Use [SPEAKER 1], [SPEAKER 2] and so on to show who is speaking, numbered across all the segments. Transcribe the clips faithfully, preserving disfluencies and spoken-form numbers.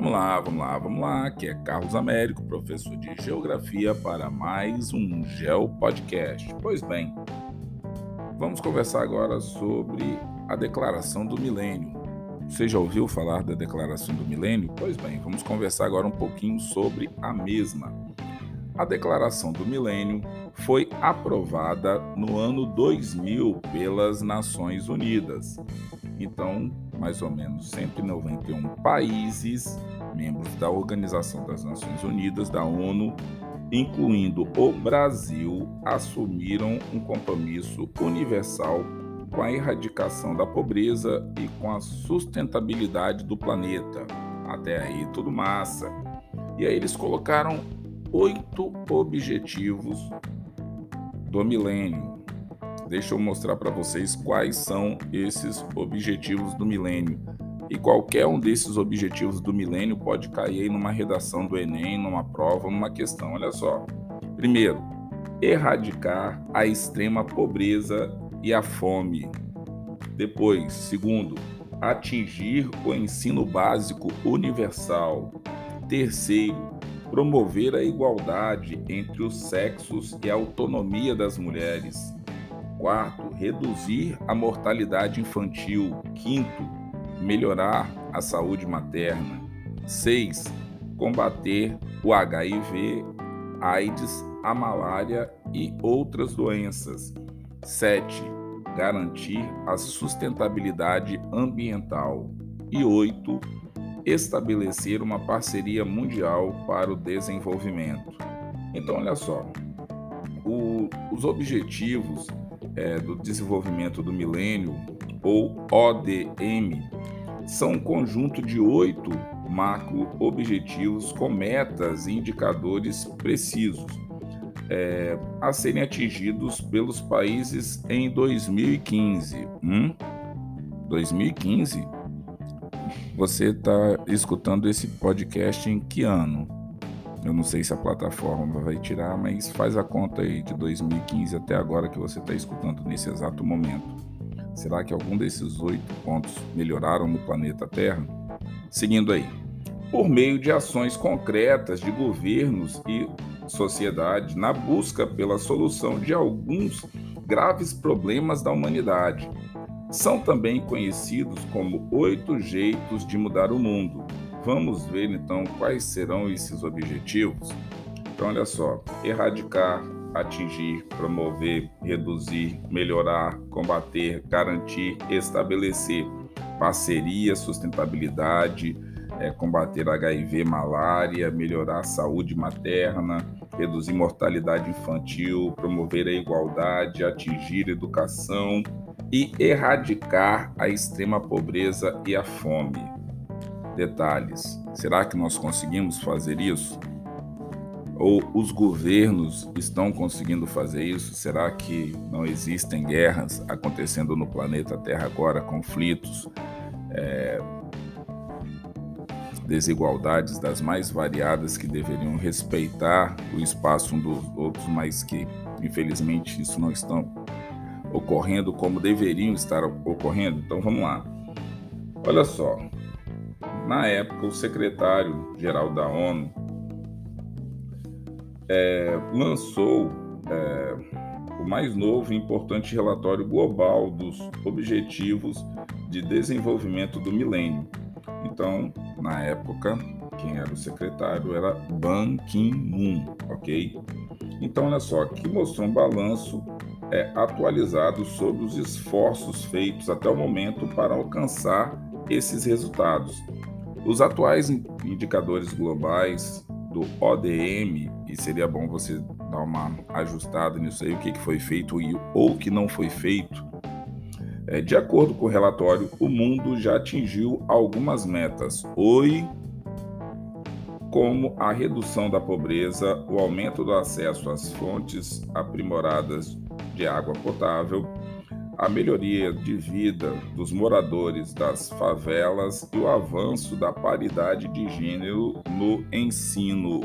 [SPEAKER 1] Vamos lá, vamos lá, vamos lá, que é Carlos Américo, professor de Geografia, para mais um Geo Podcast. Pois bem, vamos conversar agora sobre a Declaração do Milênio. Você já ouviu falar da Declaração do Milênio? Pois bem, vamos conversar agora um pouquinho sobre a mesma. A Declaração do Milênio foi aprovada no ano dois mil pelas Nações Unidas. Então, mais ou menos cento e noventa e um países, membros da Organização das Nações Unidas, da ONU, incluindo o Brasil, assumiram um compromisso universal com a erradicação da pobreza e com a sustentabilidade do planeta. Até aí, tudo massa. E aí eles colocaram oito objetivos do milênio. Deixa eu mostrar para vocês quais são esses objetivos do milênio. E qualquer um desses objetivos do milênio pode cair numa redação do Enem, numa prova, numa questão. Olha só. Primeiro, erradicar a extrema pobreza e a fome. Depois, segundo, atingir o ensino básico universal. Terceiro, promover a igualdade entre os sexos e a autonomia das mulheres. Quarto, reduzir a mortalidade infantil. Quinto, melhorar a saúde materna. Seis, combater o H I V, AIDS, a malária e outras doenças. Sete, garantir a sustentabilidade ambiental. E oito, estabelecer uma parceria mundial para o desenvolvimento. Então, olha só, o, os objetivos é, do desenvolvimento do milênio, ou O D M, são um conjunto de oito macro-objetivos com metas e indicadores precisos é, a serem atingidos pelos países em dois mil e quinze. Hum? dois mil e quinze? Você está escutando esse podcast em que ano? Eu não sei se a plataforma vai tirar, mas faz a conta aí de dois mil e quinze até agora que você está escutando nesse exato momento. Será que algum desses oito pontos melhoraram no planeta Terra? Seguindo aí. Por meio de ações concretas de governos e sociedade na busca pela solução de alguns graves problemas da humanidade. São também conhecidos como oito jeitos de mudar o mundo. Vamos ver então quais serão esses objetivos? Então, olha só: erradicar, atingir, promover, reduzir, melhorar, combater, garantir, estabelecer parceria, sustentabilidade, é, combater H I V, malária, melhorar a saúde materna, reduzir mortalidade infantil, promover a igualdade, atingir educação e erradicar a extrema pobreza e a fome. Detalhes: será que nós conseguimos fazer isso? Ou os governos estão conseguindo fazer isso? Será que não existem guerras acontecendo no planeta Terra agora, conflitos, é, desigualdades das mais variadas que deveriam respeitar o espaço um dos outros, mas que infelizmente isso não está ocorrendo como deveriam estar ocorrendo? Então vamos lá. Olha só, na época o secretário-geral da ONU é, lançou é, o mais novo e importante relatório global dos Objetivos de Desenvolvimento do Milênio. Então, na época, quem era o secretário era Ban Ki-moon, ok? Então, olha só, que mostrou um balanço é, atualizado sobre os esforços feitos até o momento para alcançar esses resultados. Os atuais indicadores globais do O D M, e seria bom você dar uma ajustada nisso aí, o que foi feito ou o que não foi feito. É, de acordo com o relatório, o mundo já atingiu algumas metas. Oi, como a redução da pobreza, o aumento do acesso às fontes aprimoradas de água potável, a melhoria de vida dos moradores das favelas e o avanço da paridade de gênero no ensino.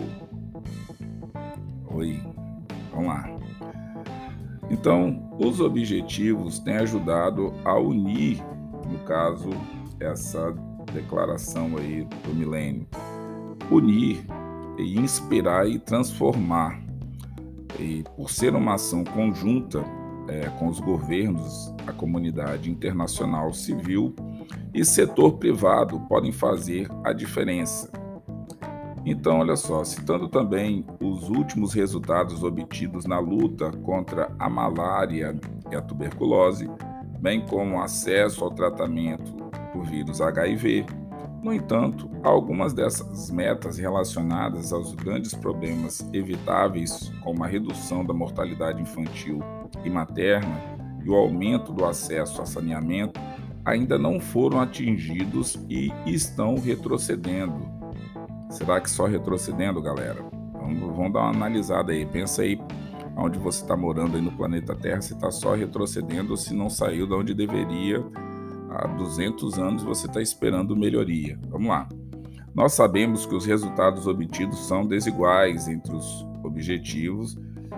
[SPEAKER 1] Oi, vamos lá. Então, os objetivos têm ajudado a unir, no caso, essa declaração aí do milênio. unir e inspirar e transformar. E por ser uma ação conjunta é, com os governos, a comunidade internacional civil e setor privado podem fazer a diferença. Então, olha só, citando também os últimos resultados obtidos na luta contra a malária e a tuberculose, bem como o acesso ao tratamento do vírus H I V. No entanto, algumas dessas metas relacionadas aos grandes problemas evitáveis, como a redução da mortalidade infantil e materna e o aumento do acesso a saneamento, ainda não foram atingidos e estão retrocedendo. Será que só retrocedendo, galera? Vamos, vamos dar uma analisada aí. Pensa aí onde você está morando aí no planeta Terra, se está só retrocedendo ou se não saiu de onde deveria. Há duzentos anos você está esperando melhoria. Vamos lá. Nós sabemos que os resultados obtidos são desiguais entre os objetivos,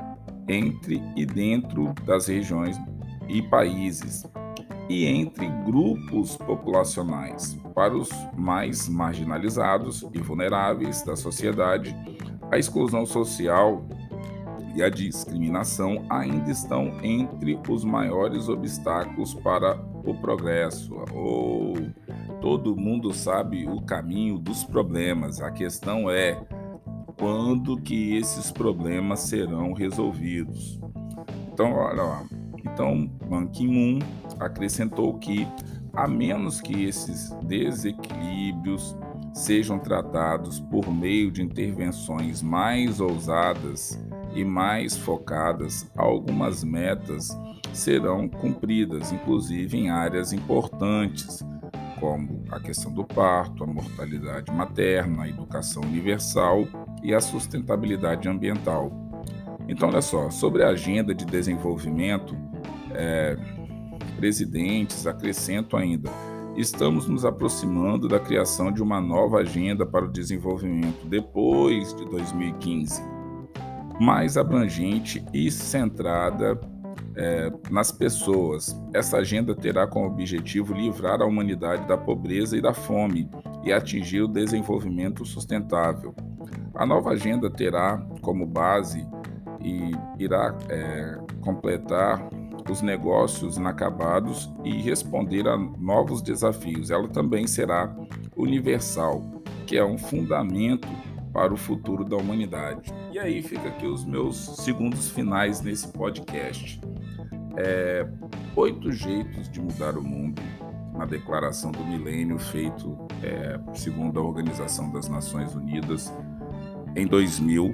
[SPEAKER 1] entre e dentro das regiões e países, e entre grupos populacionais. Para os mais marginalizados e vulneráveis da sociedade, a exclusão social e a discriminação ainda estão entre os maiores obstáculos para o progresso. Ou todo mundo sabe o caminho dos problemas. A questão é quando que esses problemas serão resolvidos. Então, olha lá. Então, Ban Ki-moon acrescentou que, a menos que esses desequilíbrios sejam tratados por meio de intervenções mais ousadas e mais focadas, algumas metas serão cumpridas, inclusive em áreas importantes, como a questão do parto, a mortalidade materna, a educação universal e a sustentabilidade ambiental. Então, olha só, sobre a agenda de desenvolvimento, é, presidentes acrescentam ainda: estamos nos aproximando da criação de uma nova agenda para o desenvolvimento depois de dois mil e quinze, mais abrangente e centrada é, nas pessoas. Essa agenda terá como objetivo livrar a humanidade da pobreza e da fome e atingir o desenvolvimento sustentável. A nova agenda terá como base e irá é, completar os negócios inacabados e responder a novos desafios. Ela também será universal, que é um fundamento para o futuro da humanidade. E aí fica aqui os meus segundos finais nesse podcast. É, oito jeitos de mudar o mundo, uma declaração do milênio feito é, segundo a Organização das Nações Unidas em dois mil.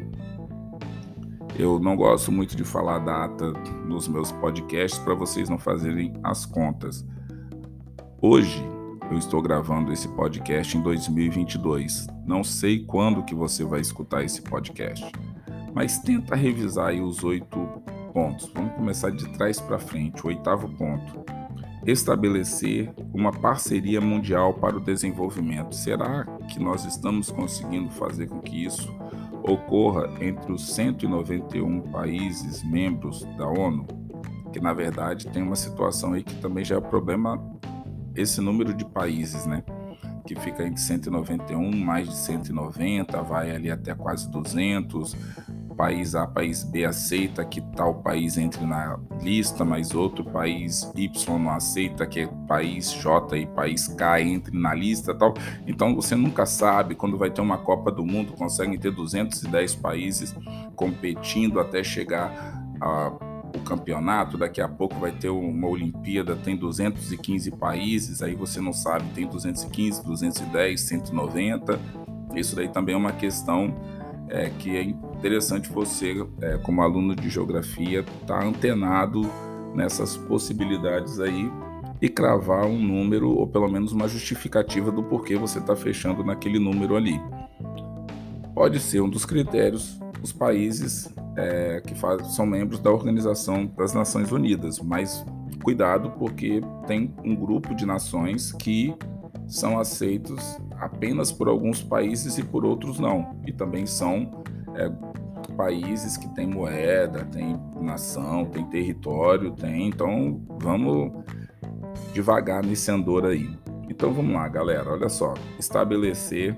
[SPEAKER 1] Eu não gosto muito de falar data nos meus podcasts para vocês não fazerem as contas. Hoje eu estou gravando esse podcast em dois mil e vinte e dois. Não sei quando que você vai escutar esse podcast, mas tenta revisar aí os oito pontos. Vamos começar de trás para frente. O oitavo ponto: estabelecer uma parceria mundial para o desenvolvimento. Será que nós estamos conseguindo fazer com que isso ocorra entre os cento e noventa e um países membros da ONU? Que na verdade tem uma situação aí que também já é problema, esse número de países, né? Que fica entre cento e noventa e um, mais de cento e noventa, vai ali até quase duzentos. País A, país B aceita que tal país entre na lista, mas outro país Y não aceita que país J e país K entre na lista, tal. Então você nunca sabe, quando vai ter uma Copa do Mundo, conseguem ter duzentos e dez países competindo até chegar ao campeonato. Daqui a pouco vai ter uma Olimpíada, tem duzentos e quinze países, aí você não sabe, tem duzentos e quinze, duzentos e dez, cento e noventa. Isso daí também é uma questão É, que é interessante você, é, como aluno de geografia, estar tá antenado nessas possibilidades aí e cravar um número, ou pelo menos uma justificativa do porquê você está fechando naquele número ali. Pode ser um dos critérios os países é, que faz, são membros da Organização das Nações Unidas, mas cuidado, porque tem um grupo de nações que são aceitos apenas por alguns países e por outros não. E também são é, países que têm moeda, têm nação, têm território, tem. Então vamos devagar nesse andor aí. Então vamos lá, galera. Olha só, estabelecer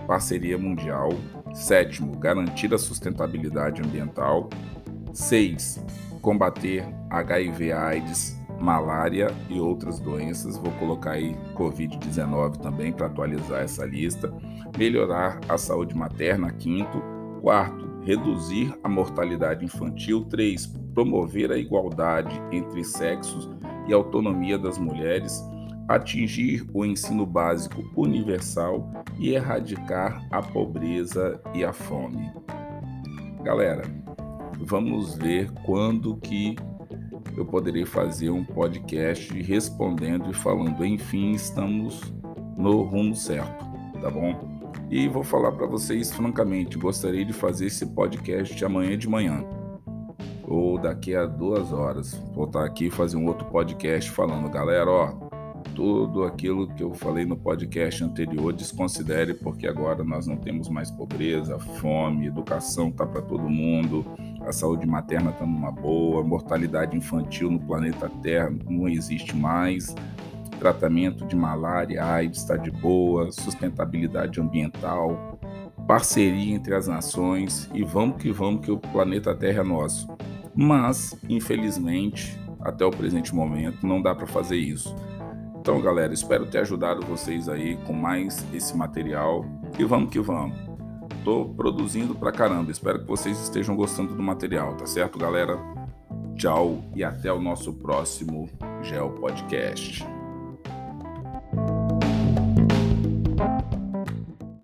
[SPEAKER 1] parceria mundial. Sétimo, garantir a sustentabilidade ambiental. Seis, combater H I V AIDS, malária e outras doenças. Vou colocar aí covid dezenove também para atualizar essa lista. Melhorar a saúde materna. Quinto. Quarto, reduzir a mortalidade infantil. Três, promover a igualdade entre sexos e a autonomia das mulheres. Atingir o ensino básico universal e erradicar a pobreza e a fome. Galera, vamos ver quando que eu poderei fazer um podcast respondendo e falando, enfim, estamos no rumo certo, tá bom? E vou falar para vocês francamente, gostaria de fazer esse podcast amanhã de manhã, ou daqui a duas horas. Vou estar aqui e fazer um outro podcast falando, galera, ó, tudo aquilo que eu falei no podcast anterior, desconsidere, porque agora nós não temos mais pobreza, fome, educação está para todo mundo, a saúde materna está numa boa, mortalidade infantil no planeta Terra não existe mais, tratamento de malária, AIDS está de boa, sustentabilidade ambiental, parceria entre as nações e vamos que vamos que o planeta Terra é nosso. Mas, infelizmente, até o presente momento não dá para fazer isso. Então, galera, espero ter ajudado vocês aí com mais esse material e vamos que vamos. Tô produzindo pra caramba, espero que vocês estejam gostando do material, tá certo, galera? Tchau e até o nosso próximo Geo Podcast.